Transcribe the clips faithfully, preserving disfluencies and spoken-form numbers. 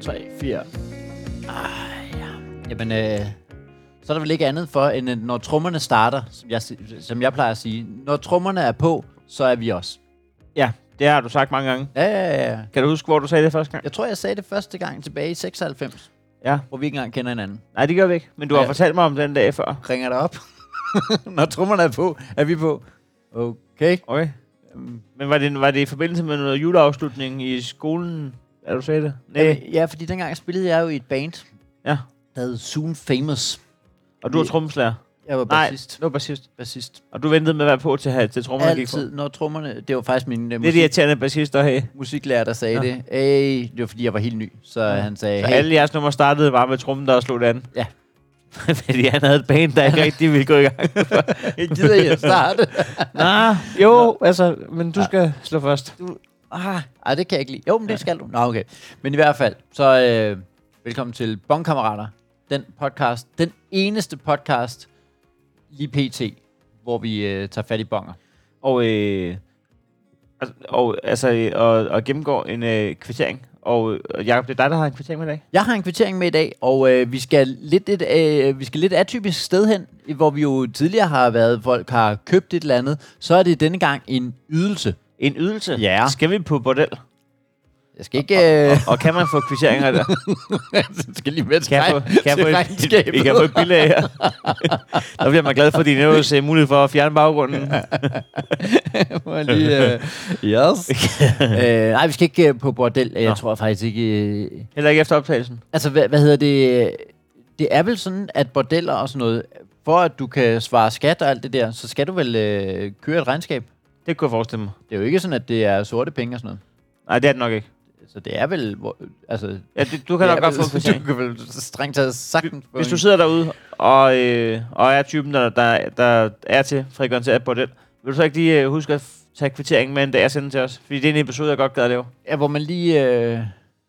tre, fire. Ej, ja. Jamen, øh, så er der vel ikke andet for, end når trommerne starter, som jeg, som jeg plejer at sige. Når trommerne er på, så er vi også. Ja, det har du sagt mange gange. Ja, ja, ja. Kan du huske, hvor du sagde det første gang? Jeg tror, jeg sagde det første gang tilbage i seksoghalvfems. Ja. Hvor vi ikke engang kender hinanden. Nej, det gør vi ikke. Men du har ja. fortalt mig om den dag før. Ringer der op. Når trommerne er på, er vi på. Okay. Okay. Um, Men var det, var det i forbindelse med noget juleafslutning i skolen? Er du sagde det? Nej. Ja, fordi dengang spillede jeg jo i et band. Ja. Der hed Soon Famous. Og du var trommeslager? Jeg var bassist. Nej, du var bassist. bassist. Og du ventede med at være på til, til trommerne gik på? Altid, når trommerne... Det var faktisk min uh, det er musik, de irriterende bassister, hey. musiklærer, der sagde ja. det. Hey, det var fordi, jeg var helt ny. Så ja. han sagde... Så hey. alle jeres numre startede bare med trommen, der slog det an? Ja. Fordi han havde et band, der ikke rigtig ville gå i gang. Jeg gider ikke at starte. Nej, jo, altså, men du skal slå først. Du, ah, ej, det kan jeg ikke lide. Jo, men det skal du. Nå, okay. Men i hvert fald, så øh, velkommen til Bonkammerater. Den podcast, den eneste podcast, lige pt, hvor vi øh, tager fat i bonger. Og, øh, og, altså, og, og gennemgår en øh, kvittering. Og Jacob, det er dig, der har en kvittering med i dag? Jeg har en kvittering med i dag, og øh, vi skal lidt et, øh, vi skal lidt atypisk sted hen, hvor vi jo tidligere har været, folk har købt et eller andet. Så er det denne gang en ydelse. En ydelse? Ja. Skal vi på bordel? Jeg skal ikke... Øh... Og, og, og kan man få kvitteringer der? Jeg skal lige med til, kan regn, få, kan til få regnskabet. Vi kan få et billede her. Der bliver man glad for, at din øvelse er mulighed for at fjerne baggrunden. Må jeg lige... Øh... Yes. øh, nej, vi skal ikke på bordel. Jeg Nå. tror faktisk ikke... Øh... Heller ikke efter optagelsen? Altså, hvad, hvad hedder det? Det er vel sådan, at bordeller og sådan noget, for at du kan svare skat og alt det der, så skal du vel øh, køre et regnskab? Det kunne jeg forestille mig. Det er jo ikke sådan, at det er sorte penge og sådan noget. Nej, det er det nok ikke. Så det er vel... Hvor, altså, ja, det, du kan nok godt få en kvittering. Du kan vel strengt taget sagtens... Hvis du sidder derude og, øh, og er typen, der, der, der er til frekventeret bordel, vil du så ikke lige øh, huske at tage kvitteringen med en dag og sende til os? Fordi det er en episode, jeg godt gad at lave. Ja, hvor man lige... Øh...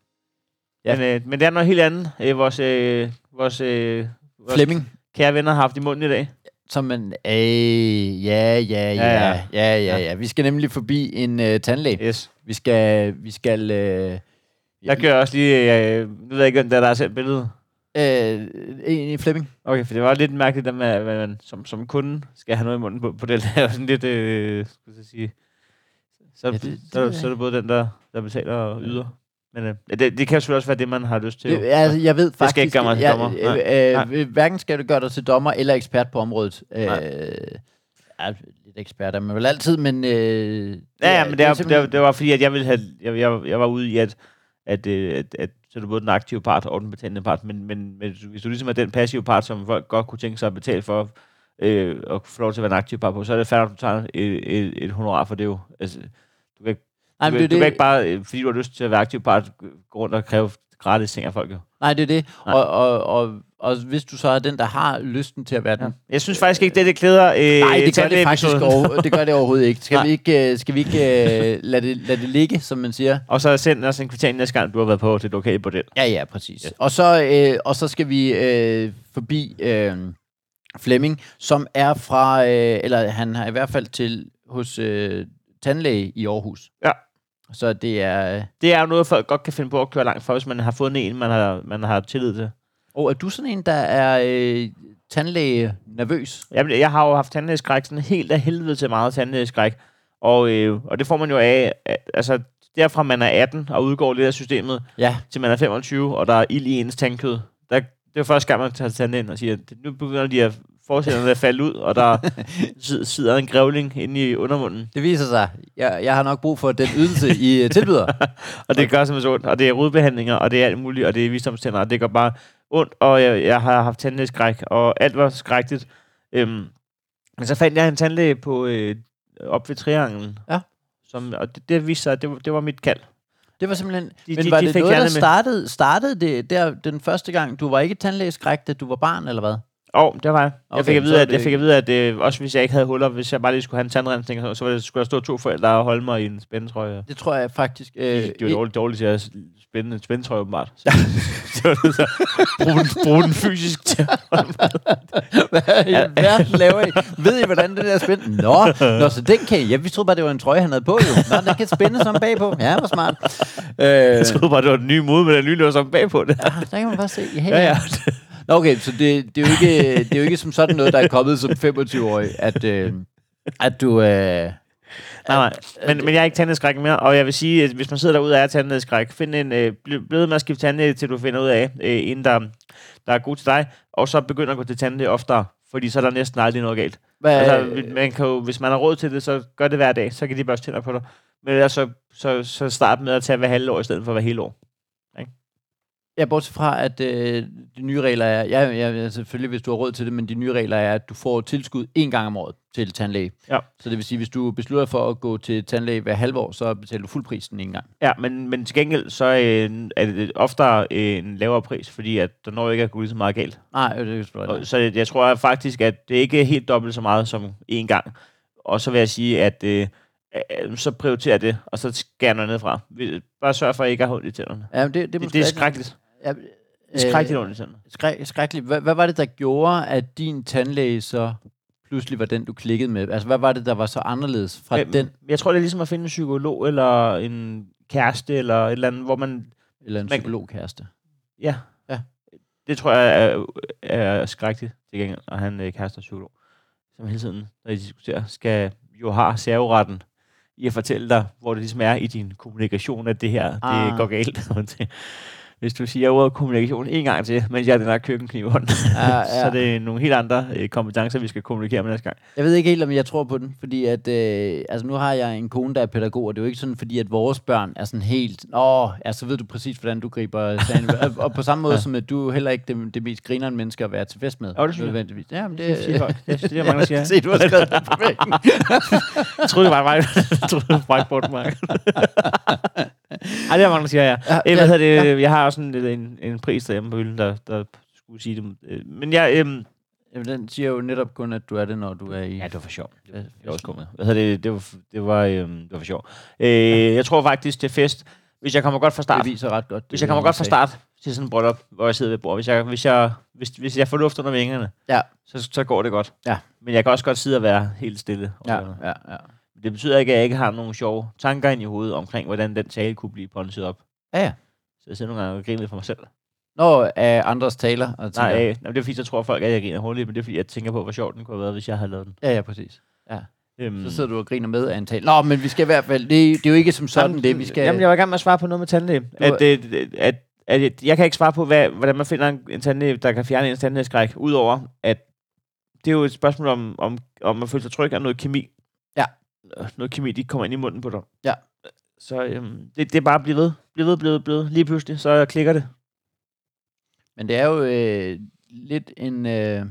Ja. Men, øh, men det er noget helt andet, øh, vores, øh, vores, øh, vores Flemming. Kære venner har haft i munden i dag. Som man... Øh, ja, ja, ja, ja, ja, ja, ja. Vi skal nemlig forbi en øh, tandlæge. Yes. Vi skal... Vi skal øh, jeg gør også lige... Øh, nu ved jeg ikke, der, der har sendt billedet. Øh, en i Flemming. Okay, for det var lidt mærkeligt, at man, at man som, som kunde skal have noget i munden på, på det. Det er sådan lidt... Øh, skal jeg sige... Så, ja, det, det, så, det, så er det både den, der, der betaler og yder. Men øh, det, det kan jo selvfølgelig også være det, man har lyst til. Det, altså, jeg ved faktisk... Det skal ikke gøre mig til dommer. Ja, øh, øh, hverken skal du gøre dig til dommer eller ekspert på området. Øh, ja, lidt ekspert er man vel altid, men... Øh, ja, ja, men det, er, det, er, det var fordi, at jeg ville have... Jeg, jeg, jeg var ude i, at, at, at, at, at så er du både den aktive part og den betalende part, men, men, men hvis du ligesom er den passive part, som folk godt kunne tænke sig at betale for, øh, og få lov til at være en aktiv part på, så er det færdigt, at du tager et, et, et honorar for det jo. Altså, du kan ikke... Nej, du, det, du det, kan ikke bare, fordi du har lyst til at være aktiv part, gå rundt og kræve gratis ting af folk jo. Nej, det er det. Og, og, og, og hvis du så er den, der har lysten til at være den... Ja. Jeg synes faktisk ikke, det det klæder... Øh, nej, det gør det faktisk over, det gør det overhovedet ikke. Skal nej. vi ikke, skal vi ikke uh, lade, det, lade det ligge, som man siger? Og så send os en kvittering næste gang, du har været på det lokale bordel. Ja, ja, præcis. Ja. Og, så, øh, og så skal vi øh, forbi øh, Flemming, som er fra... Øh, eller han har i hvert fald til hos øh, tandlæge i Aarhus. Ja. Så det er... Det er jo noget, folk godt kan finde på at køre langt for, hvis man har fundet en, man har, man har tillid til. Og er du sådan en, der er øh, tandlæge nervøs? Jamen, jeg har jo haft tandlægeskræk, sådan helt af helvede til meget tandlægeskræk. Og, øh, og det får man jo af, altså derfra man er atten og udgår lidt af systemet, ja. til man er femogtyve, og der er ild i ens tandkød. Der, det er første gang, man tager tanden ind og siger, at nu begynder de at forestillerne at falde ud, og der sidder en grævling inde i undermunden. Det viser sig. Jeg, jeg har nok brug for den ydelse, I tilbyder. Og det gør simpelthen så ondt, og det er rodbehandlinger, og det er alt muligt, og det er visdomstænder, og det gør bare ondt, og jeg, jeg har haft tandlægeskræk, og alt var skrækkeligt. Øhm, men så fandt jeg en tandlæge på øh, op ved Trianglen, ja. som, og det, det viste sig, at det var, det var mit kald. Det var simpelthen... De, men de, var de det noget, der startede, startede det der den første gang? Du var ikke tandlægeskræk, da du var barn, eller hvad? Åh, oh, det var jeg. Okay, jeg fik at vide, så er at, det- jeg fik at vide, at øh, også hvis jeg ikke havde huller, hvis jeg bare lige skulle have en tandrensning, så, så var det, skulle der stå to forældre og holde mig i en spændetrøje. Det tror jeg faktisk... Øh, Det var dårligt, dårligt til at spænde en spændetrøje, åbenbart. Så, så, så brug, den, brug den fysisk til at holde mig. Hvad i verden laver I? Ved I, hvordan den der spændt? Nå, nå, så den kan I. Ja, vi troede bare, det var en trøje, han havde på, jo. Nå, den kan spændes om bagpå. Ja, hvor smart. Øh, Jeg troede bare, det var den nye mode med den nye lås om bagpå det. ja, der kan man bare se. Ja, Ja, ja. Nå, okay, så det, det, er jo ikke, det er jo ikke som sådan noget, der er kommet som femogtyve-årig, at, øh, at du... Øh, Nej, nej. Men, men jeg er ikke tandlægeskræk mere, og jeg vil sige, at hvis man sidder derude og er tandlægeskræk, find en, øh, bliv ved med at skifte tandlæge, til du finder ud af, øh, en, der, der er god til dig, og så begynder at gå til tandlæge oftere, fordi så er der næsten aldrig noget galt. hvad, Altså, man kan jo, hvis man har råd til det, så gør det hver dag, så kan de børste tænder på dig. Men ellers så, så, så start med at tage hver halve år, i stedet for hver hele år. Ja, bortset fra, at øh, de nye regler er... Ja, ja, selvfølgelig, hvis du har råd til det, men de nye regler er, at du får tilskud én gang om året til tandlæge. Ja. Så det vil sige, hvis du beslutter for at gå til tandlæge hver halve år, så betaler du fuld prisen en gang. Ja, men, men til gengæld, så øh, er det oftere øh, en lavere pris, fordi at der når ikke at gå lige så meget galt. Nej, det er jo Og, så jeg tror faktisk, at det ikke er helt dobbelt så meget som én gang. Og så vil jeg sige, at øh, øh, så prioriterer det, og så skærer noget ned fra. Bare sørg for, at I ikke har ondt i tænderne. Ja, det, det, er Det, måske det er rigtigt. skrækkeligt. Ja, Det er skrækkeligt ondt i tænderne. skræk, skrækkeligt. Hvad, hvad var det, der gjorde, at din tandlæge så pludselig var den, du klikkede med? Altså, hvad var det, der var så anderledes fra Øhm, den? Jeg tror, det er ligesom at finde en psykolog, eller en kæreste, eller et eller andet, hvor man... Eller en man- psykologkæreste? Ja. Ja. Det tror jeg er, er skrækkeligt til gengæld, at han er kæreste og psykolog, som hele tiden, når I diskuterer, skal jo have serveretten i at fortælle dig, hvor det ligesom er i din kommunikation, at det her, Ah. det går galt. Hvis du siger ordet kommunikation en gang til, mens jeg har den her køkkenkniv i hånden, Ja, ja. så er det nogle helt andre øh, kompetencer, vi skal kommunikere med næste gang. Jeg ved ikke helt, om jeg tror på den, fordi at, øh, altså nu har jeg en kone, der er pædagog, og det er jo ikke sådan, fordi at vores børn er sådan helt, åh, ja, så ved du præcis, hvordan du griber sagen. og, og på samme måde, ja. som at du er heller ikke det, det mest grinerende menneske at være til fest med. Jo, det synes jeg. Nødvendigvis. Ja, men det, Det siger folk. Det, det er mange, der siger. Se, du har skrevet det på væggen. Jeg troede, det var mig. Jeg troede, det var whiteboard, Mark. Ej, det er mange, der siger, ja. Ja, ja, ja, hvad det, ja. Jeg har også en, en, en pris derhjemme på hylden, der, der skulle sige det. Øh, Men jeg... Øhm, Jamen, den siger jo netop kun, at du er det, når du er i... ja, det var for sjov. Det var, Ja, det var også kommet. Hvad hedder det? Det var, det var, øhm, det var for sjov. Øh, jeg tror faktisk, til fest, hvis jeg kommer godt fra start, Det viser ret godt. det, hvis jeg kommer han godt fra sagde. start til sådan en bryllup, hvor jeg sidder ved bordet, hvis jeg, hvis jeg, hvis, hvis jeg får luft under vingerne, Ja. så, så går det godt. Ja. Men jeg kan også godt sidde og være helt stille. Ja, ja, ja. Det betyder ikke, at jeg ikke har nogen sjove tanker ind i hovedet omkring, hvordan den tale kunne blive punchet op. Ja, ja. Så jeg sidder nogle gange og griner lidt for mig selv. Når af andres taler. Og Nej, tænker, øh, nej, det er fordi, så tror folk, at jeg griner hurtigt, men det er fordi, jeg tænker på, hvor sjovt den kunne have været, hvis jeg havde lavet den. Ja, ja, præcis. Ja. Øhm, Så sidder du og griner med af en tale. Nå, men vi skal i hvert fald... Det, det er jo ikke som sådan jamen, det, vi skal... Jamen, jeg var i gang med at svare på noget med tandlæge. Du- At, at, at, at, at, jeg kan ikke svare på, hvad, hvordan man finder en, en tandlæge, der kan fjerne ens tandlægeskræk, udover at det er jo et spørgsmål om, om, om at føle sig tryg af noget kemi. Ja. Noget kemi, de kommer ind i munden på dig. Ja. Så øhm, det, det er bare at blive ved. Blive ved, blive ved, blive ved. Lige pludselig, så klikker det. Men det er jo øh, lidt en... Øh, det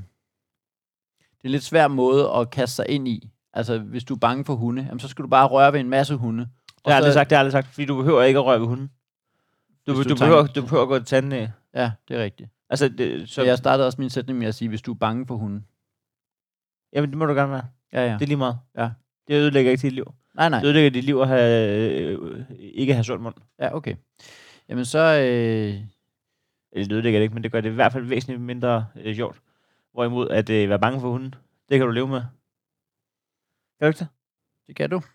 er en lidt svær måde at kaste sig ind i. Altså, hvis du er bange for hunde, jamen, så skal du bare røre ved en masse hunde. Det har jeg aldrig sagt, det har jeg aldrig sagt, fordi du behøver ikke at røre ved hunden. Du, Hvis du, du du, tager- behøver, du behøver at gå til tandlæge. Ja, det er rigtigt. Altså, det, Så så, jeg startede også min sætning med at sige, hvis du er bange for hunde. jamen, det må du gerne være. Ja, ja. Det er lige meget. Ja. Det ødelægger ikke dit liv. Nej, nej. Det ødelægger dit liv at have, øh, ikke have sund mund. Ja, okay. Jamen så... Øh, Eller det ødelægger det ikke, men det gør det i hvert fald væsentligt mindre øh, sjovt. Hvorimod at øh, være bange for hunden, det kan du leve med. Kan du ikke det? det kan du.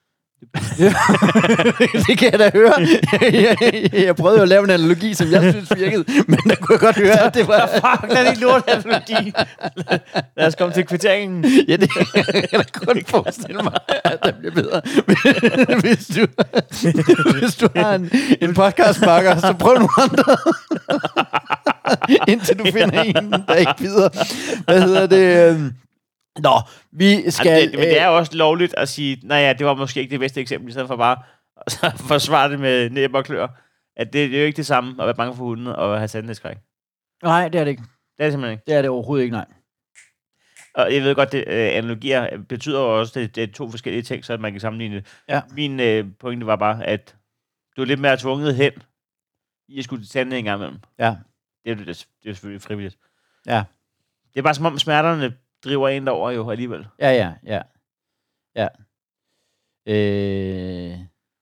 Det kan jeg da høre. jeg, jeg, jeg prøvede jo at lave en analogi, som jeg synes virkede, men der kunne jeg godt høre, at det var... Fuck, lad det ikke lort analogi. Lad os komme til kvitteringen. Ja, det jeg kan da kun forestille mig, at det bliver bedre. hvis, du, hvis du har en, en podcastmarker, så prøv nogle andre. Indtil du finder en, der ikke bider. Hvad hedder det? øhm, Nå, vi skal... Jamen, det, men det er jo også lovligt at sige, nej ja, det var måske ikke det bedste eksempel, i stedet for bare at så forsvare det med næb og klør. At det, det er jo ikke det samme at være bange for hunden og at have sandhedsskræk. Nej, det er det ikke. Det er det simpelthen ikke. Det er det overhovedet ikke, nej. Og jeg ved godt, at øh, analogier betyder jo også, at det, det er to forskellige ting, så man kan sammenligne det. Ja. Min øh, pointe var bare, at du er lidt mere tvunget hen i at skulle til tandlæge en gang imellem. Ja. Det er, det, det er selvfølgelig frivilligt. Ja. Det er bare som om smerterne driver en derover jo alligevel. Ja, ja, ja. Ja. Øh,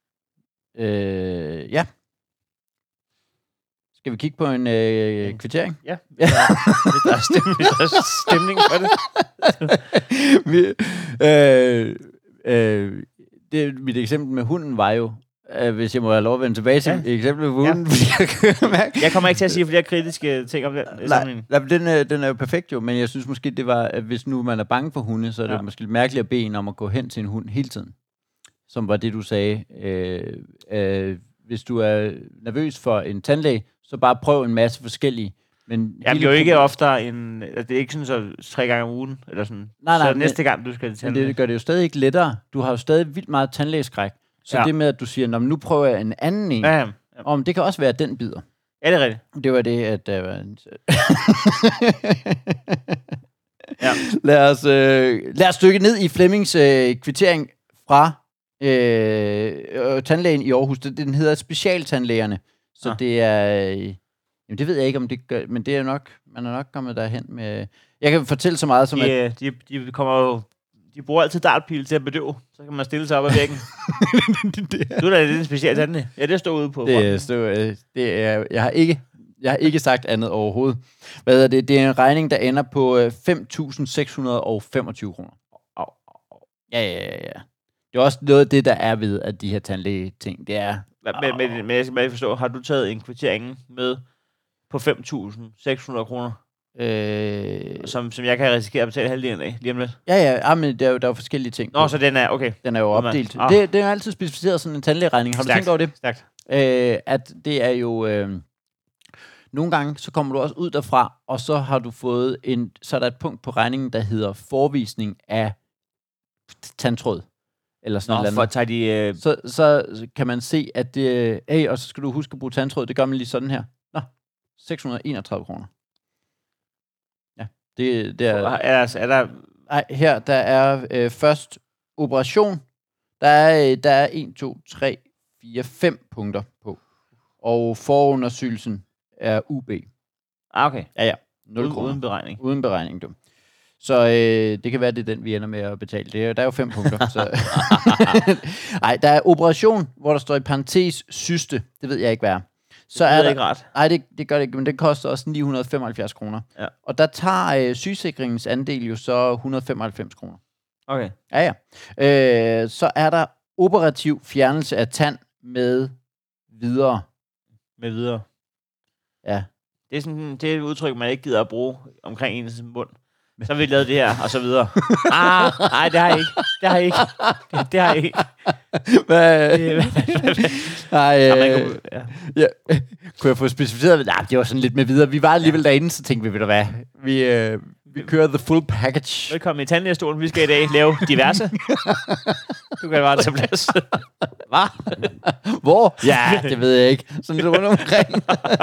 øh, ja. Skal vi kigge på en øh, kvittering? Ja. ja. Der er stemning, der er stemning for det. vi, øh, øh, det. Mit eksempel med hunden var jo, øh, hvis jeg må have lov at vende tilbage til ja. eksemplet med hunden. Ja. jeg, jeg kommer ikke til at sige flere kritiske ting om det. Nej, nej den, er, den er jo perfekt jo, men jeg synes måske, det var, at hvis nu man er bange for hunde, så er det ja. måske lidt mærkeligt at bede en om at gå hen til en hund hele tiden. Som var det, du sagde. Øh, øh, hvis du er nervøs for en tandlæge, så bare prøv en masse forskellige. Men Jamen, det er jo ikke oftere end... Altså, det er ikke sådan så tre gange om ugen, eller sådan. Nej, nej, så næste men, gang, du skal til tandlæge. Men det gør det jo stadig ikke lettere. Du har jo stadig vildt meget tandlægeskræk. Så ja. det med, at du siger, nu prøver jeg en anden en. Ja, ja. Om det kan også være, at den bider. Ja, det er rigtigt. Det var det, at der var en... ja. lad, os, øh, lad os dykke ned i Flemmings øh, kvittering fra øh, tandlægen i Aarhus. Den hedder Specialtandlægerne. Så ja. det er... Øh, Jamen, det ved jeg ikke, om det gør, men det er nok, man er nok kommet derhen med... Jeg kan fortælle så meget som, de, at... De, de kommer jo... De bruger altid dartpil til at bedøve. Så kan man stille sig op ad væggen. Du er da lidt specielt tandlæge. Ja, det står ude på. Det, stå, det er... Jeg har ikke... Jeg har ikke sagt andet overhovedet. Hvad er det? Det er en regning, der ender på fem tusind seks hundrede og femogtyve kroner. Au, au, au. Ja, ja, ja, ja. Det er også noget af det, der er ved, at de her tandlæge-ting, det er... Men, men, men jeg skal bare forstå, har du taget en kvittering med på fem tusind seks hundrede kroner? Øh... Som, som jeg kan risikere at betale halvdelen af, lige om lidt? Ja, ja, ja men der er jo, der er jo forskellige ting. Nå, så den er, okay. Den er jo opdelt. Ah. Det, det er jo altid specificeret sådan en tandlægeregning. Har du Stærkt. tænkt over det? Stærkt. Øh, at det er jo... Øh, nogle gange, så kommer du også ud derfra, og så har du fået en... Så er der et punkt på regningen, der hedder forvisning af tandtråd. Eller sådan Nå, noget for at tage de... Øh... Så, så kan man se, at det... Hey, og så skal du huske at bruge tandtråd. Det gør man lige sådan her. Nå, seks hundrede og enogtredive kroner. Ja, det, det er... Er der... Er der... Nej, her, der er øh, først operation. Der er, øh, der er en, to, tre, fire, fem punkter på. Og forundersøgelsen er U B. Ah, okay. Ja, ja. nul kroner. Uden beregning. Uden beregning, du. Så øh, det kan være, det er den, vi ender med at betale. Det er, der er jo fem punkter. Så. Ej, der er operation, hvor der står i parentes syste. Det ved jeg ikke, hvad er. Så det er er der, ikke ret. Nej, det, det gør det ikke, men det koster også ni hundrede og femoghalvfjerds kroner. Ja. Og der tager øh, sygesikringens andel jo så et hundrede og femoghalvfems kroner. Okay. Ja, ja. Øh, så er der operativ fjernelse af tand med videre. Med videre. Ja. Det er, sådan, det er et udtryk, man ikke gider at bruge omkring ens mund. Så har vi lavet det her, og så videre. Ah, nej, det har jeg ikke. Det har jeg ikke. Det, det har jeg ikke. Hvad? Nej, øh, ja. Ja. Kunne jeg få specificeret? Nej, det var sådan lidt med videre. Vi var alligevel ja. derinde, så tænkte vi, ved du hvad? Vi, øh, vi kører the full package. Velkommen i tandlægestolen. Vi skal i dag lave diverse. Du kan bare tage plads. Hvad? Hvor? Ja, det ved jeg ikke. Sådan lidt rundt omkring.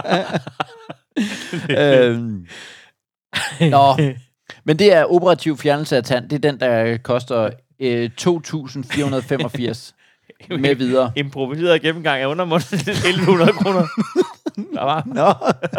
øhm. Nå, men det er operativ fjernelse af tand. Det er den, der koster øh, to tusind fire hundrede og femogfirs med videre. Improviseret gennemgang af undermunden til elleve hundrede kroner. Der var. Nå.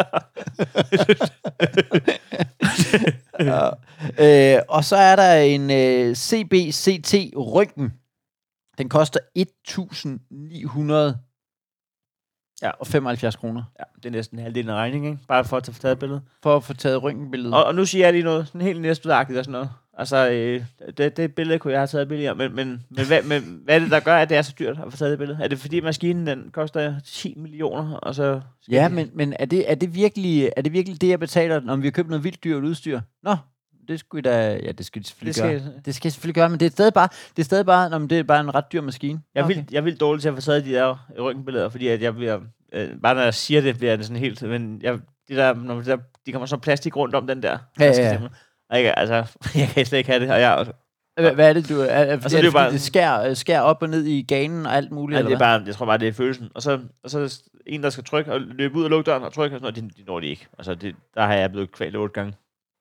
ja. øh, og så er der en øh, C B C T-røntgen. Den koster et tusind ni hundrede og femoghalvfjerds kroner. Ja, det er næsten halvdelen af regningen, ikke? Bare for at få taget et billede. For at få taget røntgenbilledet. Og, og nu siger jeg lige noget sådan helt næstudagtigt og sådan noget. Altså, øh, det, det billede kunne jeg have taget billigere, men, men, men, hvad, men hvad er det, der gør, at det er så dyrt at få taget det billede? Er det fordi maskinen den koster ti millioner, og så... Ja, men, men er, det, er, det virkelig, er det virkelig det, jeg betaler, når vi har købt noget vildt dyrt udstyr? Nå, det skulle da... Ja, det skal de selvfølgelig det skal, gøre. Det skal jeg selvfølgelig gøre, men det er stadig bare, det er stadig bare, når det er bare en ret dyr maskine. Jeg er, okay. vildt, jeg er vildt dårlig til at få taget de der røntgenbilleder, fordi at jeg bliver... Øh, bare når jeg siger det, bliver det sådan helt... Men jeg, de, der, når de, der, de kommer så plastik rundt om den der. Ja, ja, ja. Og jeg, altså, jeg kan slet ikke have det. Og jeg, Hvad, hvad er det, du... Er, er, altså, er det, det, bare, det skær, skær op og ned i ganen og alt muligt? Ja, eller det er bare, jeg tror bare, det er følelsen. Og så, og så en, der skal trykke og løbe ud og lukke døren og trykke, og sådan noget, de, de når de ikke. Altså, det, der har jeg blevet kvalt otte gange.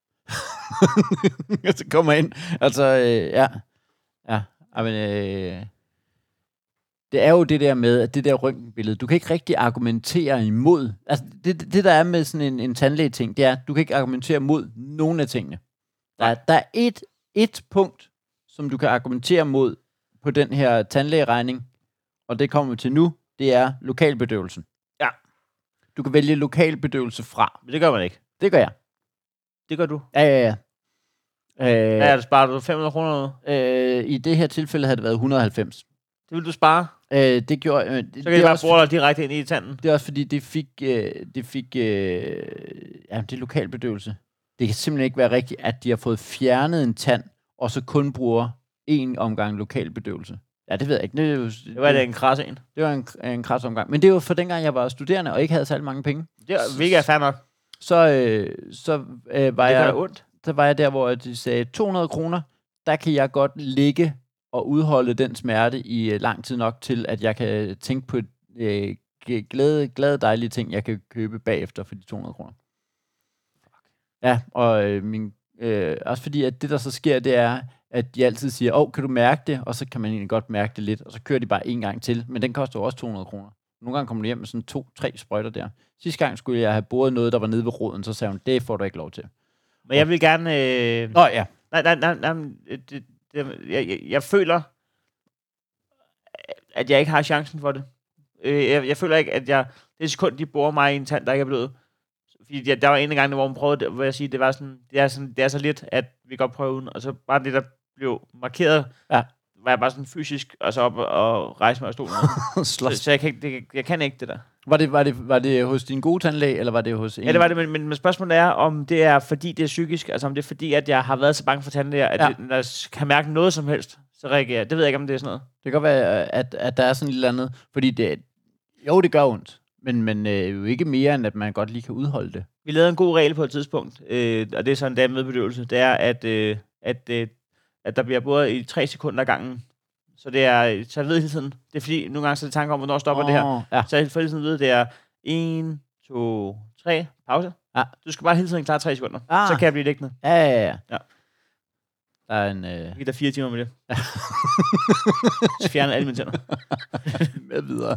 Så kommer ind. Altså, øh, ja. Ja, men... Øh, det er jo det der med, at det der røntgenbillede, du kan ikke rigtig argumentere imod. Altså, det, det der er med sådan en, en tandlæge-ting, det er, du kan ikke argumentere mod nogen af tingene. Der er, der er et, et punkt, som du kan argumentere mod på den her tandlægeregning, og det kommer vi til nu, det er lokalbedøvelsen. Ja. Du kan vælge lokalbedøvelse fra. Men det gør man ikke. Det gør jeg. Det gør du. Ja, ja, ja. Øh, Hvad er det, sparer du fem hundrede kroner? øh, I det her tilfælde havde det været et hundrede og halvfems. Det vil du spare? Øh, det gjorde... Øh, det, Så kan det bare bruge dig direkte ind i tanden. Det er også fordi, det fik... Øh, det fik... Øh, ja, det er lokalbedøvelse. Det kan simpelthen ikke være rigtigt, at de har fået fjernet en tand, og så kun bruger en omgang lokalbedøvelse. Ja, det ved jeg ikke. Det, er jo, det var det en kras en. Det var en, en kras omgang. Men det var for dengang, jeg var studerende, og ikke havde særlig mange penge. Det var mega fair nok. Så, øh, så øh, var det jeg... ondt. Så var jeg der, hvor de sagde, to hundrede kroner, der kan jeg godt ligge og udholde den smerte i øh, lang tid nok til, at jeg kan tænke på øh, glade, glade, dejlige ting, jeg kan købe bagefter for de to hundrede kroner. Ja, og øh, min, øh, også fordi, at det, der så sker, det er, at de altid siger, åh, kan du mærke det? Og så kan man egentlig godt mærke det lidt, og så kører de bare en gang til, men den koster jo også to hundrede kroner. Nogle gange kommer de hjem med sådan to-tre sprøjter der. Sidste gang skulle jeg have boret noget, der var nede ved roden, så sagde hun, det får du ikke lov til. Men jeg vil gerne... Øh... Nå ja. Nej, nej, nej, nej det, det, det, jeg, jeg, jeg føler, at jeg ikke har chancen for det. Øh, jeg, jeg føler ikke, at jeg... Det sekund, de borer mig i en tand, der ikke er blevet. Fordi jeg, der var en gang, hvor man prøvede det, hvor jeg siger, det var sådan, det er sådan, det er så lidt, at vi godt prøve uden, og så bare det, der blev markeret, ja. var jeg bare sådan fysisk, og så op og rejse mig af stolen. så, så jeg, kan ikke, det, jeg kan ikke det der. Var det, var, det, var det hos din gode tandlæge, eller var det hos en? Ja, det var det, men, men, men spørgsmålet er, om det er, fordi det er psykisk, altså om det er, fordi at jeg har været så bange for tandlæger, at ja. det, når jeg kan mærke noget som helst, så reagerer jeg. Det ved jeg ikke, om det er sådan noget. Det kan godt være, at, at der er sådan et eller andet, fordi det, jo, det gør ondt, men, men øh, jo ikke mere, end at man godt lige kan udholde det. Vi lavede en god regel på et tidspunkt, øh, og det er sådan en dag med bedøvelse, det er, at, øh, at, øh, at der bliver boret i tre sekunder ad gangen. Så det er, så jeg ved hele tiden, det er fordi, nogle gange så er det tanker om, hvornår stopper oh, det her. Ja. Så jeg hele tiden ved, det er en, to, tre, pause. Ja. Du skal bare hele tiden klare tre sekunder. Ah. Så kan jeg blive liggende. Ja, ja, ja. ja. Der er en... Øh... Jeg giver dig fire timer med det. Så fjerner alle mine tænder. Med videre.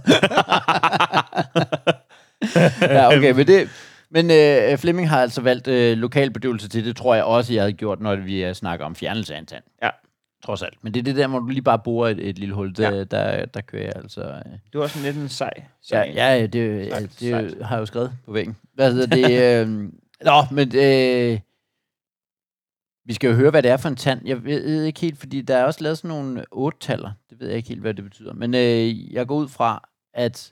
Ja, okay, men det... Men øh, Flemming har altså valgt øh, lokalbedøvelse til, det tror jeg også, jeg havde gjort, når vi snakker om fjernelse af en tand. Ja. Trods alt. Men det er det der, hvor du lige bare borer et, et lille hul, der, ja. der, der kører jeg altså... Øh. Du er også lidt en sej. sej. Ja, ja, det, ja, det, det har jeg jo skrevet på væggen. Hvad hedder det? Øh, nå, men... Øh, vi skal jo høre, hvad det er for en tand. Jeg ved ikke helt, fordi der er også lavet sådan nogle otte-taller. Det ved jeg ikke helt, hvad det betyder. Men øh, jeg går ud fra, at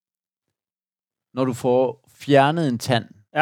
når du får fjernet en tand, ja.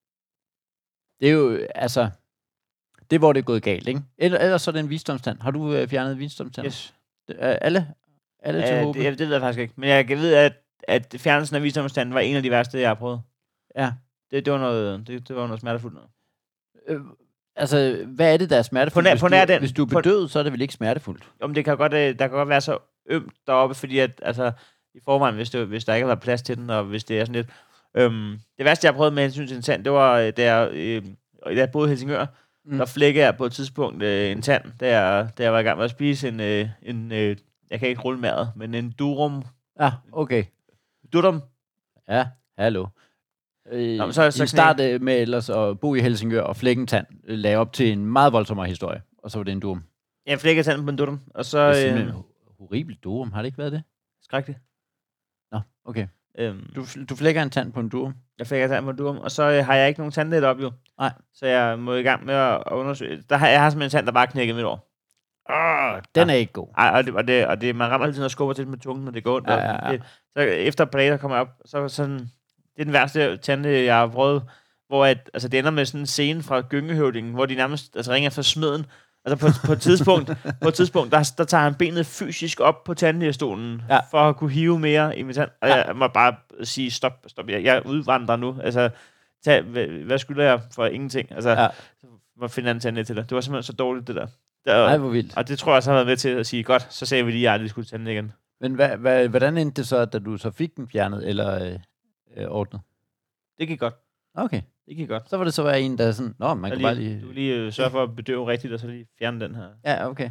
Det er jo, altså... Det er, hvor det er gået galt, ikke? Eller, ellers så er det en visdomstand. Har du øh, fjernet visdomstand? Yes. Det, øh, alle? Alle ja, til håbe? Det, det ved jeg faktisk ikke. Men jeg ved, at, at fjernelsen af visdomstanden var en af de værste, jeg har prøvet. Ja. Det, det, var, noget, det, det var noget smertefuldt noget. Øh, altså, hvad er det, der er smertefuldt? På nær, hvis, på nær du, den, hvis du er bedøvet, så er det vel ikke smertefuldt? Jo, men det kan godt, der kan godt være så ømt deroppe, fordi at, altså, i forvejen, hvis, det, hvis der ikke har været plads til den, og hvis det er sådan lidt... Øhm, det værste, jeg har prøvet med hensyn til en tand, det var, da jeg, øh, da jeg boede i Helsingør. Mm. Der flækkede jeg på et tidspunkt øh, en tand, da jeg, da jeg var i gang med at spise en, øh, en øh, jeg kan ikke rulle mad, men en durum. Ja, okay. Durum. Ja, hallo. Øh, Nå, så, så I startede med ellers at bo i Helsingør og flække en tand, lagde op til en meget voldsommere historie, og så var det en durum. Jeg flækkede tanden på en durum, og så... Det er simpelthen øh, horribelt durum, har det ikke været det? Skrækkeligt. Nå, okay. Øhm, du, du flækker en tand på en durum? Jeg flækker en tand på en durum, og så øh, har jeg ikke nogen tandnet op jo. Nej. Så jeg må i gang med at undersøge. Der har, jeg har simpelthen en tand, der bare knækket midt over. Oh, den er ikke god. Ej, og, det, og, det, og det, man rammer altid og skubber til med tungen, når det går ondt. Ja, ja, ja. Det, så efter et par dage, der kommer jeg op, så sådan... Det er den værste tande, jeg har prøvet, hvor at, altså, det ender med sådan en scene fra Gyngehøvdingen, hvor de nærmest altså, ringer for smeden. Altså på, på et tidspunkt, på et tidspunkt der, der tager han benet fysisk op på tandlægestolen, ja. For at kunne hive mere i min tand. Og jeg må bare sige, stop, stop, jeg, jeg udvandrer nu. Altså, tag, hvad, hvad skylder jeg for ingenting? Altså, ja. Så må finde en tandlæge til dig. Det var simpelthen så dårligt, det der. der Ej, hvor vildt. Og det tror jeg også har været med til at sige, godt, så sagde vi lige, at jeg aldrig skulle til tandlæge igen. Men hvad, hvad, hvordan endte det så, da du så fik den fjernet, eller øh, øh, ordnet? Det gik godt. Okay. Det gik godt. Så var det så være en, der sådan, nå, man kan lige, bare lige... Du vil lige øh, sørge for at bedøve rigtigt, og så lige fjerne den her. Ja, okay.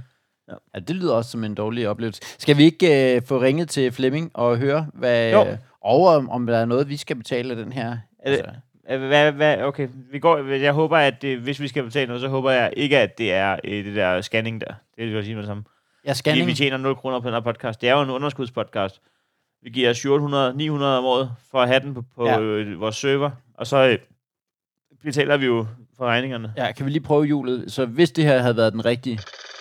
Ja. ja, det lyder også som en dårlig oplevelse. Skal vi ikke øh, få ringet til Flemming og høre, hvad, øh, over, om, om der er noget, vi skal betale af den her? Altså. Hvad, hvad, okay, vi går, jeg håber, at det, hvis vi skal betale noget, så håber jeg ikke, at det er øh, det der scanning der. Det vil jeg sige med det samme. Ja, scanning. Vi tjener nul kroner på den her podcast. Det er jo en underskudspodcast. Vi giver syv hundrede ni hundrede om året for at have den på, på ja. øh, vores server, og så øh, betaler vi jo for regningerne. Ja, kan vi lige prøve hjulet? Så hvis det her havde været den rigtige...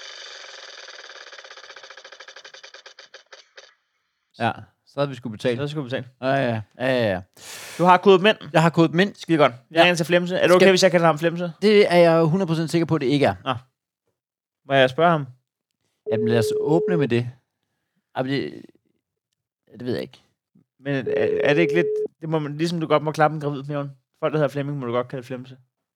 Ja, så havde vi skulle betale. Så havde vi skulle betale. Ja, ja, ja, ja. Du har kodet mænd. Jeg har kodet mænd. Skide godt. Jeg ringer til Flemse. Er det okay, Skal... hvis jeg kan have ham Flemse? Det er jeg hundrede procent sikker på, at det ikke er. Nå. Må jeg spørge ham? Jamen lad os åbne med det. Jamen, det... det ved jeg ikke. Men er, er det ikke lidt... Det må man, ligesom du godt må klappe en gravid med jorden. Folk, der hedder Flemming, må du godt kalde Flemse.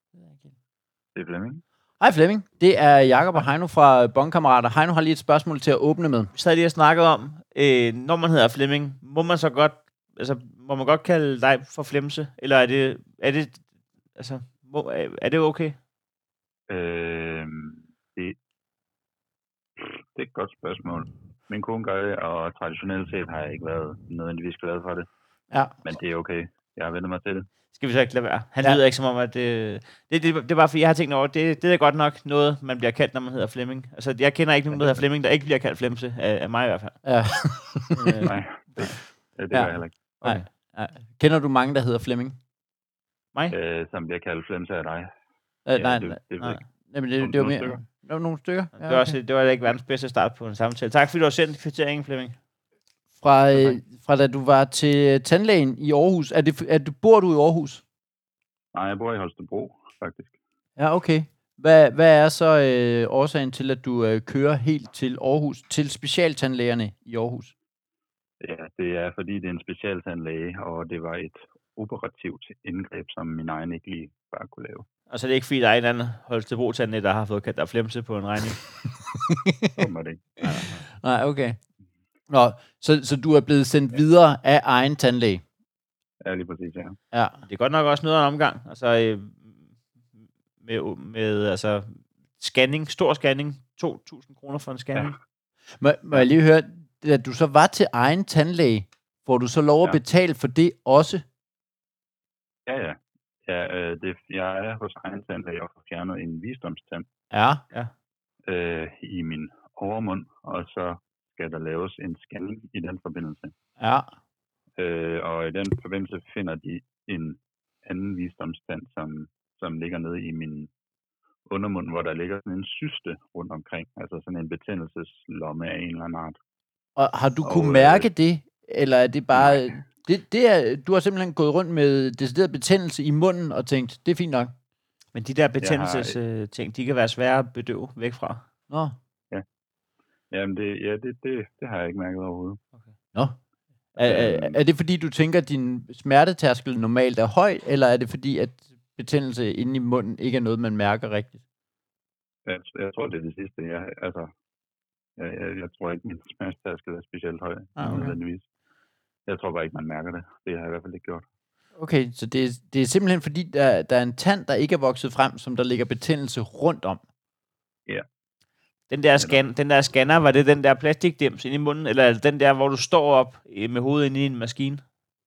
Det er Flemming. Hej Flemming. Det er Jakob og Heino fra Bongkammerater. Heino har lige et spørgsmål til at åbne med. Vi sad lige og snakkede om, øh, når man hedder Flemming, må man så godt... Altså, må man godt kalde dig for Flemse? Eller er det... Er det, altså, må, er det okay? Øh, det, det er et godt spørgsmål. Min kone gør det, og traditionelt set har jeg ikke været nødvendigvis glad for det. Ja. Men det er okay. Jeg har vendt mig til det. Skal vi så ikke lade være? Han ja. lyder ikke som om, at det, det, det... Det er bare fordi, jeg har tænkt over, det, det er godt nok noget, man bliver kaldt, når man hedder Flemming. Altså, jeg kender ikke nogen, der hedder Flemming, der ikke bliver kaldt Flemse, af, af mig i hvert fald. Ja. øh. Nej, det, det gør ja. jeg heller ikke. Okay. Nej. Kender du mange, der hedder Flemming? Mig? Øh, som bliver kaldt Flemse af dig. Øh, ja, nej, det, nej. det, nej. Jamen, det, det var mere... Stykker. Der var nogle stykker. Ja, det, var også, det var ikke verdens bedste start på en samtale. Tak fordi du har sendt kvitteringen, Flemming. Fra, øh, fra da du var til tandlægen i Aarhus. Er det, er du, bor du i Aarhus? Nej, jeg bor i Holstebro, faktisk. Ja, okay. Hvad, hvad er så øh, årsagen til, at du øh, kører helt til Aarhus, til specialtandlægerne i Aarhus? Ja, det er fordi, det er en specialtandlæge, og det var et operativt indgreb, som min egen ikke lige bare kunne lave. Og så er det ikke fordi, der er en anden Holstebro-tandlæge, der har fået kaldt dig Flemse på en regning? Det må det ikke. Ja. Nej, okay. Nå, så, så du er blevet sendt videre af egen tandlæge? Ja, lige præcis, ja. Ja. Det er godt nok også noget af en omgang. Altså, øh, med, med altså, scanning, stor scanning, to tusind kroner for en scanning. Ja. Må, må jeg lige høre, da du så var til egen tandlæge, får du så lov at ja. betale for det også? Ja, ja. ja øh, det, jeg er hos egen tandlæge og får fjernet en visdomstand ja. Ja. Øh, i min overmund, og så skal der laves en scanning i den forbindelse. Ja. Øh, og i den forbindelse finder de en anden visdomstand, som, som ligger nede i min undermund, hvor der ligger sådan en cyste rundt omkring, altså sådan en betændelseslomme af en eller anden art. Og har du og, kunne mærke øh, det, eller er det bare... Det, det er, du har simpelthen gået rundt med decideret betændelse i munden og tænkt, det er fint nok. Men de der betændelsesting, har... de kan være svære at bedøve væk fra. Nå. Ja. Jamen, det, ja, det, det, det har jeg ikke mærket overhovedet. Okay. Nå. Er, er, er det fordi, du tænker, at din smertetærskel normalt er høj, eller er det fordi, at betændelse inde i munden ikke er noget, man mærker rigtigt? Jeg, jeg tror, det er det sidste. Jeg, altså, jeg, jeg, jeg tror ikke, min smertetærskel er specielt høj. Ah, okay. Nødvendigvis. Jeg tror bare ikke, man mærker det. Det har jeg i hvert fald ikke gjort. Okay, så det, det er simpelthen fordi, der, der er en tand, der ikke er vokset frem, som der ligger betændelse rundt om? Ja. Den der, scan, den der scanner, var det den der plastikdims inde i munden, eller er det den der, hvor du står op med hovedet inde i en maskine?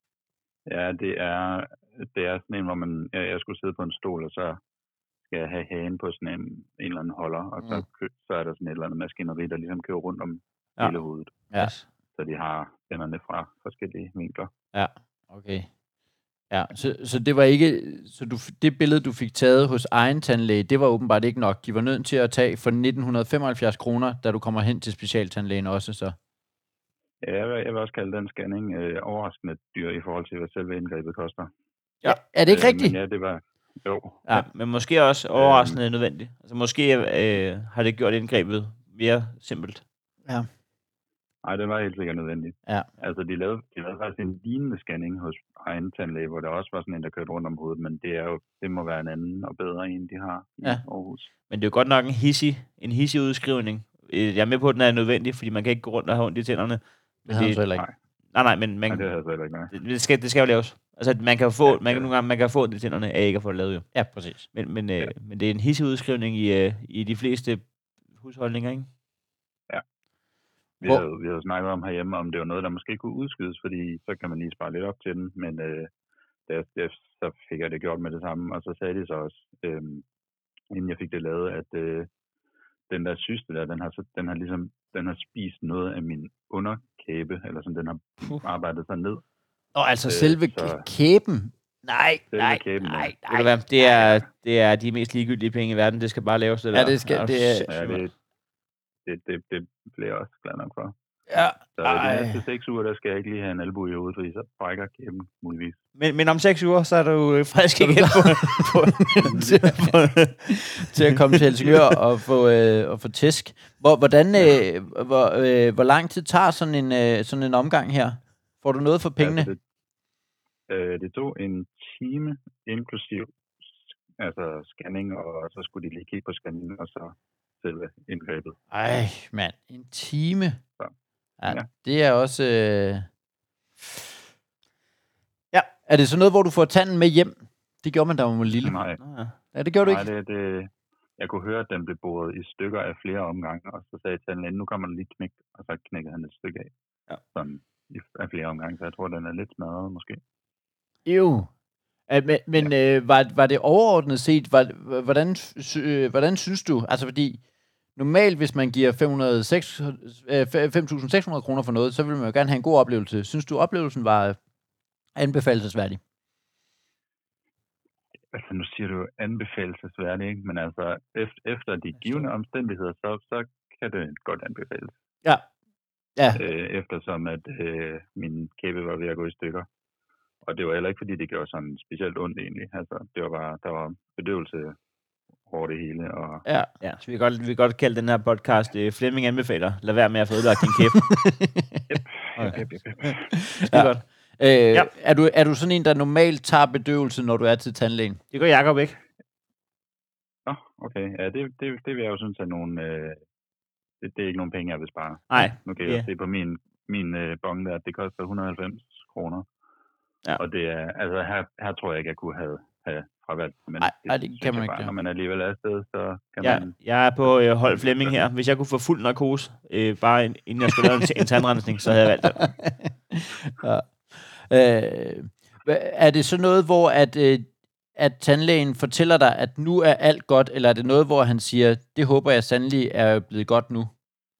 Ja, det er, det er sådan en, hvor man, jeg, jeg skulle sidde på en stol, og så skal jeg have hagen på sådan en, en eller anden holder, og så, mm. så er der sådan et eller andet maskineri, der ligesom kører rundt om ja. hele hovedet. Ja. Så de har tænderne fra forskellige vinkler. Ja, okay. Ja, så, så det var ikke, så du, det billede, du fik taget hos egen tandlæge, det var åbenbart ikke nok. De var nødt til at tage for nitten femoghalvfjerds kroner, da du kommer hen til specialtandlægen også, så. Ja, jeg vil, jeg vil også kalde den scanning øh, overraskende dyr i forhold til, hvad selve indgrebet koster. Ja, er det ikke øh, rigtigt? Men ja, det var, jo. Ja, ja. Men måske også overraskende øh, nødvendigt. Altså måske øh, har det gjort indgrebet mere simpelt. Ja. Nej, det var helt sikkert nødvendigt. Ja. Altså, de lavede, de lavede faktisk en lignende scanning hos egen tandlæge, hvor der også var sådan en, der kørte rundt om hovedet, men det er jo, det må være en anden og bedre en, de har i ja. Aarhus. Men det er jo godt nok en hissig, en hissig udskrivning. Jeg er med på, at den er nødvendig, fordi man kan ikke gå rundt og have ondt i tænderne. Det har det, så heller ikke. Nej, nej, nej men man, nej, det har så heller ikke. Nej. Det, skal, det skal jo laves. Altså, man kan jo få, ja, man kan nogle gange, man kan få ondt i tænderne af ikke at få det lavet jo. Ja, præcis. Men, men, ja. øh, men det er en hissig udskrivning i, øh, i de fleste husholdninger, ikke? Vi Hvor- havde, vi havde snakket om herhjemme, om det var noget, der måske kunne udskydes, fordi så kan man lige spare lidt op til den, men øh, da jeg, jeg, så fik jeg det gjort med det samme, og så sagde de så også, øh, inden jeg fik det lavet, at øh, den der syste der, den har, så, den har ligesom, den har spist noget af min underkæbe, eller sådan, den har Puh. arbejdet sig ned. Og altså Øh, selve så- kæben. Nej, Selve nej, kæben, ja. nej, Ved du nej. hvad, det er, det er de mest ligegyldige penge i verden. Det skal bare laves, det Ja, der. det skal- Er du det er- sindssyg, Ja, mand? det, det, det, det bliver jeg også glad nok for. Ja, Så ej. de næste seks uger, der skal jeg ikke lige have en albu i hovedet, fordi så brækker kæben muligvis. Men, men om seks uger, så er du øh, frisk igen på, på, til, til at komme til Helsingør og få, øh, og få tæsk. Hvor, hvordan, øh, hvor, øh, hvor lang tid tager sådan en, øh, sådan en omgang her? Får du noget for pengene? Altså, det, øh, det tog en time inklusiv altså scanning, og så skulle de lige kigge på scanningen, og så selve indgrebet. Ej, mand. En time. Så, Ja, ja. det er også... Øh... Ja, er det så noget, hvor du får tanden med hjem? Det gjorde man, da man var lille. Nej, Nå, ja. Ja, det gjorde du nej ikke? det, det, jeg kunne høre, at den blev boret i stykker af flere omgange, og så sagde tandlægen, nu kommer den lige knæk, og så knækkede han et stykke af. Ja. Sådan i, af flere omgange, så jeg tror, den er lidt smadret måske. Jo. Ja, men men øh, var, var det overordnet set, var, hvordan, sy- øh, hvordan synes du, altså fordi normalt, hvis man giver fem hundrede og seks, øh, fem tusind seks hundrede kroner for noget, så vil man jo gerne have en god oplevelse. Synes du, oplevelsen var anbefalelsesværdig? Altså, nu siger du anbefalelsesværdigt, ikke? Men altså, efter, efter de givende omstændigheder, så, så kan det godt anbefales. Ja. Ja. Øh, eftersom at øh, min kæbe var ved at gå i stykker. Og det var heller ikke, fordi det gjorde sådan specielt ondt egentlig. Altså, det var bare, der var bedøvelse over det hele. Og Ja. Ja, så vi kan godt, vi kan godt kalde den her podcast øh, Flemming anbefaler. Lad være med at få ødelagt din kæbe. Okay. Yep, yep, yep. Det er Ja. godt. Øh, Ja. er, du, er du sådan en, der normalt tager bedøvelse, når du er til tandlægen? Det går Jacob ikke. Nå, okay. Ja, det, det, det vil jeg jo synes er nogle... Øh, det, det er ikke nogen penge, jeg vil spare. Nej. Nu kan jeg Ja. yeah. se på min, min øh, bong der, at det koster et hundrede og halvfems kroner. Ja. Og det er, altså her, her tror jeg ikke, jeg kunne have, have fravalgt. Men Ej, ej, det synes kan man jeg ikke, bare, ja. når man alligevel er afsted, så kan Ja, man... jeg er på øh, hold Flemming her. Hvis jeg kunne få fuld narkose, øh, bare in- inden jeg skulle lave en, en tandrensning, så havde jeg valgt det. Ja. Øh, hva- er det så noget, hvor at, øh, at tandlægen fortæller dig, at nu er alt godt, eller er det noget, hvor han siger, det håber jeg sandelig er blevet godt nu?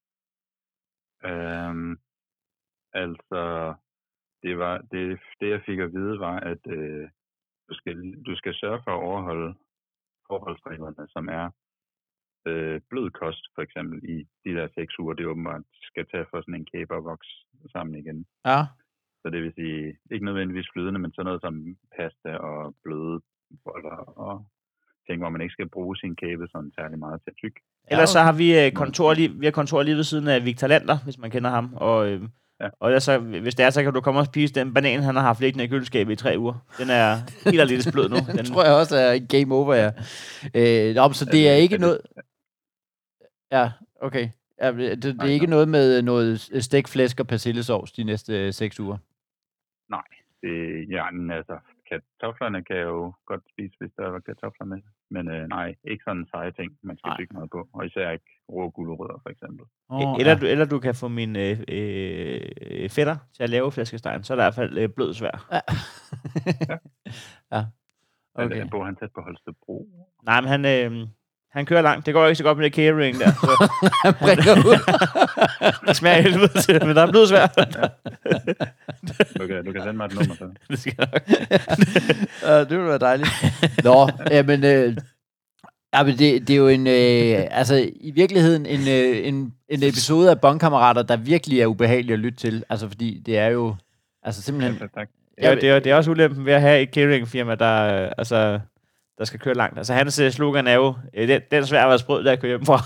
Øhm, altså, det, var, det, det jeg fik at vide var, at øh, du, skal, du skal sørge for at overholde forholdsreglerne, som er øh, blød kost, for eksempel, i de der seks uger, det åbenbart skal tage for sådan en kæbe og vokse sammen igen. Ja. Så det vil sige, ikke nødvendigvis flydende, men sådan noget som pasta og bløde boller og ting, hvor man ikke skal bruge sin kæbe sådan særlig meget til tyk. Ellers så har vi øh, kontor lige, vi har kontor lige ved siden af Victor Lander, hvis man kender ham. Og, øh, Ja. og ellers så, hvis det er, så kan du komme og spise den banan, han har haft liggende i køleskabet i tre uger. Den er helt og lidt blød nu. Den, Det tror jeg også er en game over, ja. Øh, nå, så det er ikke noget... Ja, okay. Ja, det, det er ikke noget med noget stegt flæsk og persillesovs de næste øh, seks uger. Nej, det, ja, men altså, kartoflerne kan jeg jo godt spise, hvis der var kartofler med. Men øh, nej, ikke sådan seje ting, man skal Nej. bygge noget på. Og især ikke rå gulerødder, for eksempel. Oh, eller, du, eller du kan få min øh, øh, fætter til at lave flæskestegen, så er der i hvert fald øh, blød svær. Ja. Ja. Okay. Okay. Bor han tæt på Holstebro? Nej, men han, øh, han kører langt. Det går ikke så godt med det catering der. Så Han bringer ud. det smager helvede til, men der er blød svær. Du kan, du kan sende mig et nummer så. Det skal jeg nok. Ja, det ville være dejligt. Nå, jamen, øh, ja, men det, det er jo en, øh, altså i virkeligheden en, øh, en, en episode af Bondkammerater, der virkelig er ubehagelig at lytte til. Altså fordi det er jo, altså simpelthen... Ja, tak. Ja, det, er, det er også ulempen ved at have et cateringfirma, der, øh, altså, der skal køre langt. Altså hans øh, slogan er jo, øh, den, den svære var sprød, der jeg kører hjemmefra.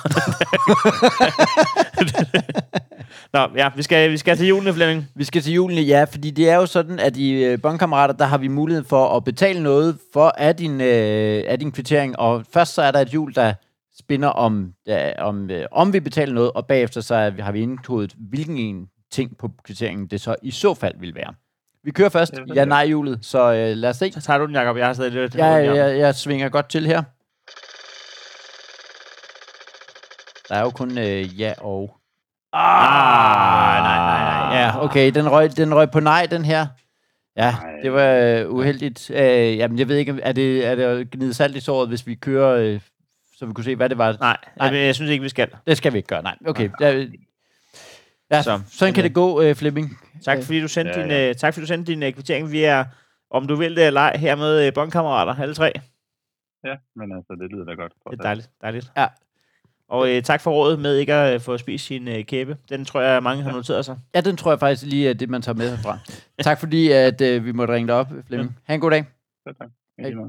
Nå, ja, vi skal, vi skal til julen, Flemming. Vi skal til julen, ja, fordi det er jo sådan, at i øh, Bondkammerater, der har vi mulighed for at betale noget for af din, øh, af din kvittering, og først så er der et hjul, der spinner om, ja, om, øh, om vi betaler noget, og bagefter så er, vi- har vi indkodet, hvilken en ting på kvitteringen det så i så fald vil være. Vi kører først Ja, ja, nej hjulet, så øh, lad os se. Så tager du den, Jacob. Jeg har stadig lidt. Jeg, jeg, jeg svinger godt til her. Der er jo kun øh, ja og Ah, nej, nej, nej. Ja, okay, den røg, den røg på nej, den her. Ja, Nej. det var øh, uheldigt. Øh, jamen, jeg ved ikke, er det, er det gnide salt i såret, hvis vi kører, øh, så vi kunne se, hvad det var? Nej, nej. Jeg, jeg synes ikke, vi skal. Det skal vi ikke gøre, nej. Okay, ja, ja Så, sådan kan det gå, øh, Flemming. Tak fordi du sendte Ja, din, ja. øh, tak fordi du sendte din øh, kvittering. Vi er, om du vil det eller ej, her med øh, bondkammerater, alle tre. Ja, men altså, det lyder da godt. Det er dejligt, dejligt. Ja. Og øh, tak for rådet med ikke at øh, få spist sin øh, kæbe. Den tror jeg, mange har noteret sig. Ja, den tror jeg faktisk lige er det, man tager med herfra. Tak fordi, at øh, vi måtte ringe dig op, Flemming. Ja. Ha' en god dag. Så tak. Hej. Hej.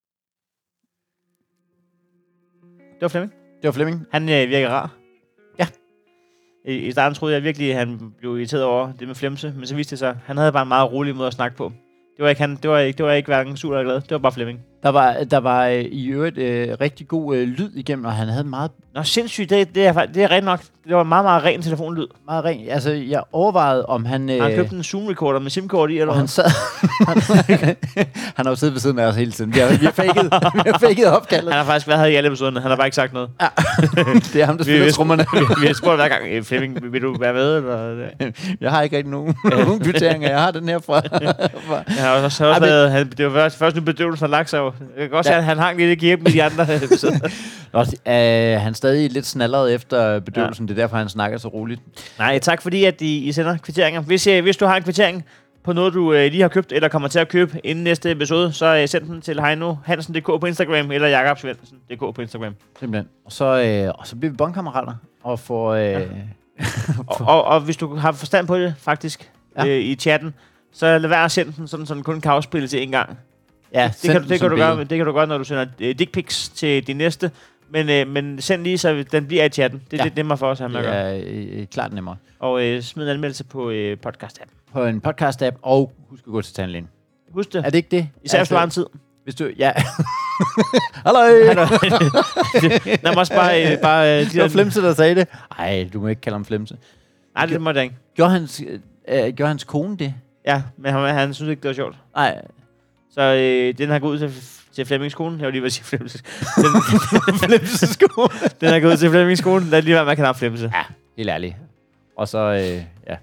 Det var Flemming. Det var Flemming. Han øh, virker rar. Ja. I, I starten troede jeg virkelig, at han blev irriteret over det med flemse, men så viste det sig, at han havde bare en meget rolig måde at snakke på. Det var ikke han, det var ikke, det var ikke hverken sur eller glad. Det var bare Flemming. Der var, der var øh, i øvrigt øh, rigtig god øh, lyd igennem, og han havde meget, Nå, sindssygt, det, det, er, fa- det er rent nok. Det var meget, meget ren telefonlyd. meget ren. Altså, jeg overvejede, om han... Øh, Har han købt en Zoom-recorder med SIM-kort i, eller og hvad? han sad... han har jo siddet ved siden af os hele tiden. Vi har, vi har faked, vi har faked opkaldet. Han har faktisk været her i alle episoderne. Han har bare ikke sagt noget. Ja. Det er ham, der Vi- spiller vi- trummerne. vi, vi har spurgt hver gang, "Øh, Flemming, vil du være med? Eller? Jeg har ikke rigtig nogen, nogen kvitteringer. Jeg har den her fra... fra Jeg har også, også Ej, men- været, han, det var først, først nu bedøvelsen har lagt sig jo. Jeg kan godt se, Ja. at han hang lidt i gear med de andre episoder. Nå, øh, han er stadig lidt snallet efter bedøvelsen. Ja. Det er derfor, han snakker så roligt. Nej, tak fordi, at I, I sender kvitteringer. Hvis, øh, hvis du har en kvittering på noget, du øh, lige har købt, eller kommer til at købe inden næste episode, så øh, send den til Heino Hansen punktum d k på Instagram, eller Jakob Svendsen punktum d k på Instagram. Simpelthen. Og så, øh, og så bliver vi bondkammerater. Og får... Øh, ja. Og, og, og hvis du har forstand på det, faktisk, Ja. ja. øh, i chatten, så lad være at sende den, sådan, så den kun kan afspilles til en gang. ja, Det kan, du, det, kan du gøre, det kan du gøre, når du sender øh, dick pics til din næste. Men, øh, men send lige, så den bliver i chatten. Det er Ja. lidt nemmere for os at have med at Det gøre. er øh, klart nemmere. Og øh, smid en anmeldelse på øh, podcast-appen. På en podcast-app, og husk at gå til tandlægen. Husk det. Er det ikke det? Især hvis du har en tid. Hvis du... Ja. Hallo! Lad mig også bare... Øh, bare øh, de Det var der- Flemse, der sagde det. Ej, du må ikke kalde ham Flemse. Nej, det må jeg ikke. Gjorde hans, øh, gjorde hans kone det? Ja, men han, han synes ikke, det var sjovt. Nej. Så øh, den har gået ud til, til Flemmings kone. Jeg vil lige ved at sige Flemse. Den, Flemses kone. den har gået ud til Flemmings kone. Lad lige være, man kan have Flemse. Ja, helt ærligt. Og så, øh, ja.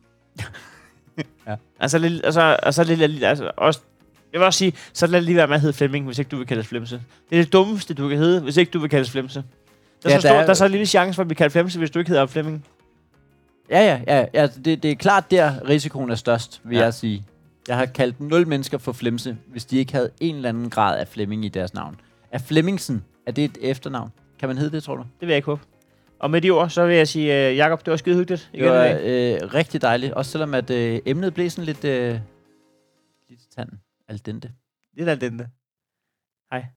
Altså, lidt, altså, altså, lidt, altså også, jeg vil også sige, så lad lige være med at hedde Flemming, hvis ikke du vil kaldes Flemse. Det er det dummeste, du kan hedde, hvis ikke du vil kaldes Flemse. Der er, Ja, så, der stor, er- der er så en lille chance for at blive kaldt Flemse, hvis du ikke hedder Flemming. Ja, ja, ja. ja det, det er klart, der risikoen er størst, vil Ja. ja. jeg sige. Jeg har kaldt nul mennesker for Flemse, hvis de ikke havde en eller anden grad af Flemming i deres navn. Er Flemmingsen, er det et efternavn? Kan man hedde det, tror du? Det vil jeg ikke håbe. Og med de ord, så vil jeg sige, uh, Jakob, det var skide hyggeligt igen Det var i dag. øh, rigtig dejligt, også selvom at øh, emnet blev sådan lidt... Øh, lidt tand al dente. Det er alt den. Hej.